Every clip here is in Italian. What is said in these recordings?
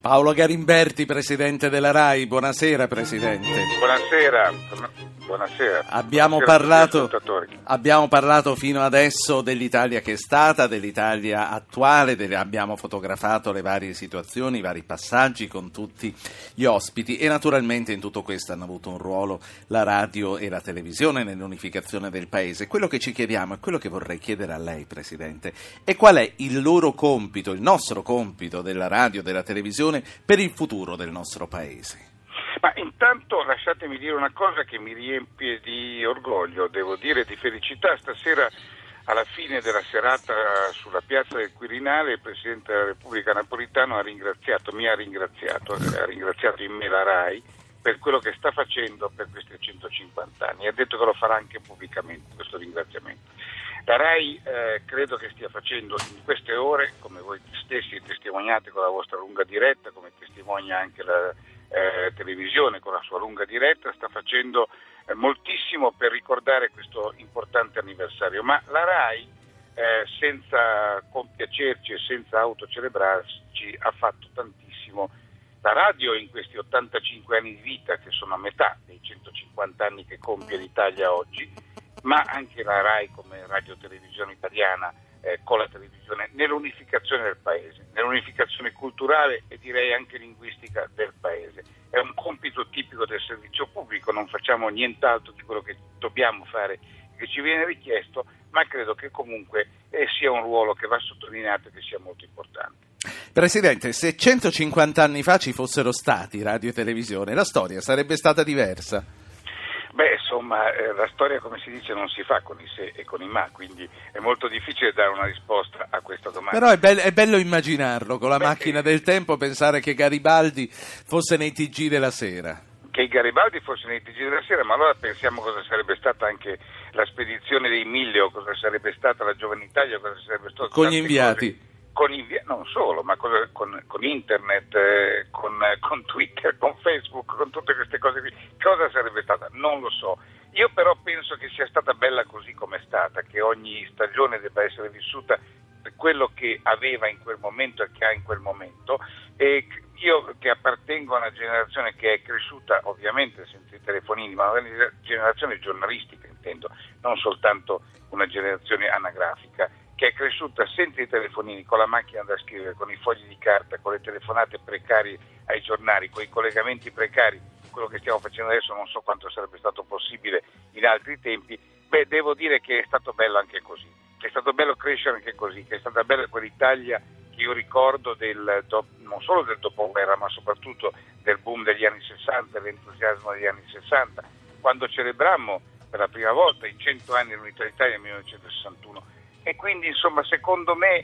Paolo Garimberti, presidente della RAI, buonasera Presidente. Buonasera. Abbiamo parlato fino adesso dell'Italia che è stata, dell'Italia attuale, abbiamo fotografato le varie situazioni, i vari passaggi con tutti gli ospiti e naturalmente in tutto questo hanno avuto un ruolo la radio e la televisione nell'unificazione del Paese. Quello che ci chiediamo e quello che vorrei chiedere a lei, Presidente, è qual è il loro compito, il nostro compito della radio e della televisione per il futuro del nostro Paese. Ma intanto lasciatemi dire una cosa che mi riempie di orgoglio, devo dire di felicità. Stasera alla fine della serata sulla piazza del Quirinale il Presidente della Repubblica Napolitano mi ha ringraziato in me la RAI per quello che sta facendo per questi 150 anni. Ha detto che lo farà anche pubblicamente questo ringraziamento. La RAI credo che stia facendo in queste ore, come voi stessi testimoniate con la vostra lunga diretta, come testimonia anche la televisione con la sua lunga diretta, sta facendo moltissimo per ricordare questo importante anniversario, ma la RAI senza compiacerci e senza autocelebrarci ha fatto tantissimo. La radio in questi 85 anni di vita, che sono a metà dei 150 anni che compie l'Italia oggi, ma anche la RAI come radiotelevisione italiana con la televisione nell'unificazione del Paese, nell'unificazione culturale e direi anche linguistica del Paese. È un compito tipico del servizio pubblico, non facciamo nient'altro di quello che dobbiamo fare, che ci viene richiesto, ma credo che comunque sia un ruolo che va sottolineato e che sia molto importante. Presidente, se 150 anni fa ci fossero stati radio e televisione, la storia sarebbe stata diversa? Beh, insomma, la storia, come si dice, non si fa con i se e con i ma, quindi è molto difficile dare una risposta a questa domanda. Però è bello immaginarlo, con la macchina del tempo, pensare che Garibaldi fosse nei TG della sera. Che Garibaldi fosse nei TG della sera, ma allora pensiamo cosa sarebbe stata anche la spedizione dei 1000, o cosa sarebbe stata la Giovane Italia, cosa sarebbe stato con gli inviati. Non solo, ma con internet, con Twitter, con Facebook, con tutte queste cose qui, cosa sarebbe stata? Non lo so. Io però penso che sia stata bella così come è stata, che ogni stagione debba essere vissuta per quello che aveva in quel momento e che ha in quel momento. E io che appartengo a una generazione che è cresciuta ovviamente senza i telefonini, ma una generazione giornalistica intendo, non soltanto una generazione anagrafica, che è cresciuta senza i telefonini, con la macchina da scrivere, con i fogli di carta, con le telefonate precarie ai giornali, con i collegamenti precari, quello che stiamo facendo adesso non so quanto sarebbe stato possibile in altri tempi. Devo dire che è stato bello anche così, è stato bello crescere anche così, che è stata bella quell'Italia che io ricordo non solo del dopoguerra, ma soprattutto del boom degli anni 60, dell'entusiasmo degli anni 60, quando celebrammo per la prima volta i 100 anni dell'Unità d'Italia nel 1961. E quindi insomma secondo me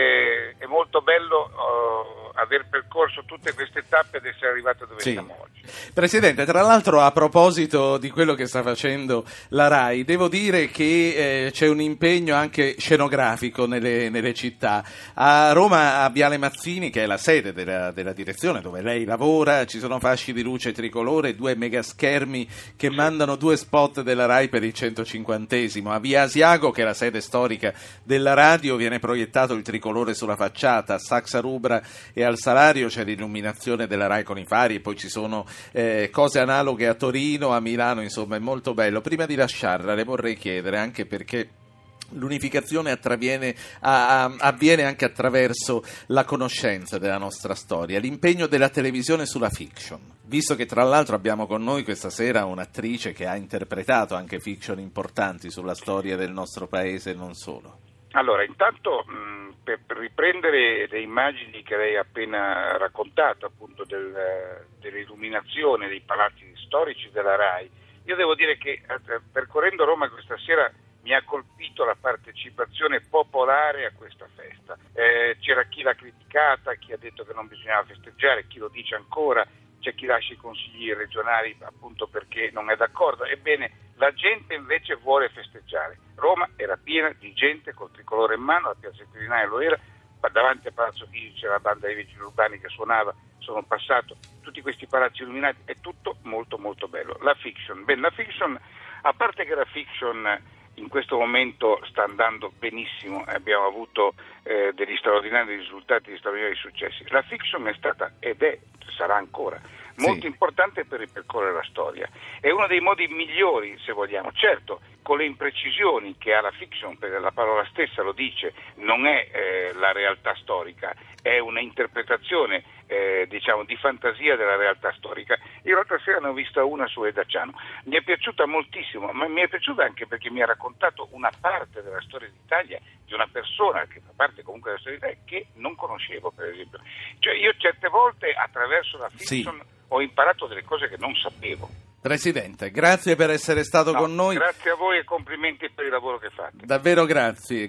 è molto bello aver percorso tutte queste tappe ed essere arrivato dove siamo oggi. Presidente, tra l'altro a proposito di quello che sta facendo la RAI, devo dire che c'è un impegno anche scenografico nelle città. A Roma, a Viale Mazzini, che è la sede della direzione dove lei lavora, ci sono fasci di luce tricolore, 2 megaschermi che mandano 2 spot della RAI per il 150esimo. A Via Asiago, che è la sede storica della radio, viene proiettato il tricolore sulla facciata. A Saxa Rubra e al Salario c'è l'illuminazione della RAI con i fari e poi ci sono cose analoghe a Torino, a Milano, insomma è molto bello. Prima di lasciarla le vorrei chiedere, anche perché l'unificazione avviene anche attraverso la conoscenza della nostra storia, l'impegno della televisione sulla fiction, visto che tra l'altro abbiamo con noi questa sera un'attrice che ha interpretato anche fiction importanti sulla storia del nostro paese e non solo. Allora, intanto per riprendere le immagini che lei ha appena raccontato, appunto dell'illuminazione dei palazzi storici della RAI, io devo dire che percorrendo Roma questa sera mi ha colpito la partecipazione popolare a questa festa. C'era chi l'ha criticata, chi ha detto che non bisognava festeggiare, chi lo dice ancora, c'è chi lascia i consigli regionali appunto perché non è d'accordo. Ebbene, la gente invece vuole festeggiare. Roma era piena di gente col tricolore in mano, la piazza Quirinale lo era, davanti a Palazzo Chigi c'era la banda dei vigili urbani che suonava, sono passato tutti questi palazzi illuminati, è tutto molto molto bello. La fiction, a parte che la fiction in questo momento sta andando benissimo, abbiamo avuto degli straordinari risultati, degli straordinari successi. La fiction è stata sarà ancora molto importante per ripercorrere la storia. È uno dei modi migliori, se vogliamo, certo, con le imprecisioni che ha la fiction, perché la parola stessa lo dice, non è la realtà storica, è una interpretazione di fantasia della realtà storica. Io l'altra sera ne ho vista una su Eda Ciano, mi è piaciuta moltissimo, ma mi è piaciuta anche perché mi ha raccontato una parte della storia d'Italia di una persona che fa parte comunque della storia d'Italia che non conoscevo, per esempio. Cioè io certe volte attraverso la fiction ho imparato delle cose che non sapevo. Presidente, grazie per essere stato con noi. Grazie a voi e complimenti per il lavoro che fate. Davvero grazie.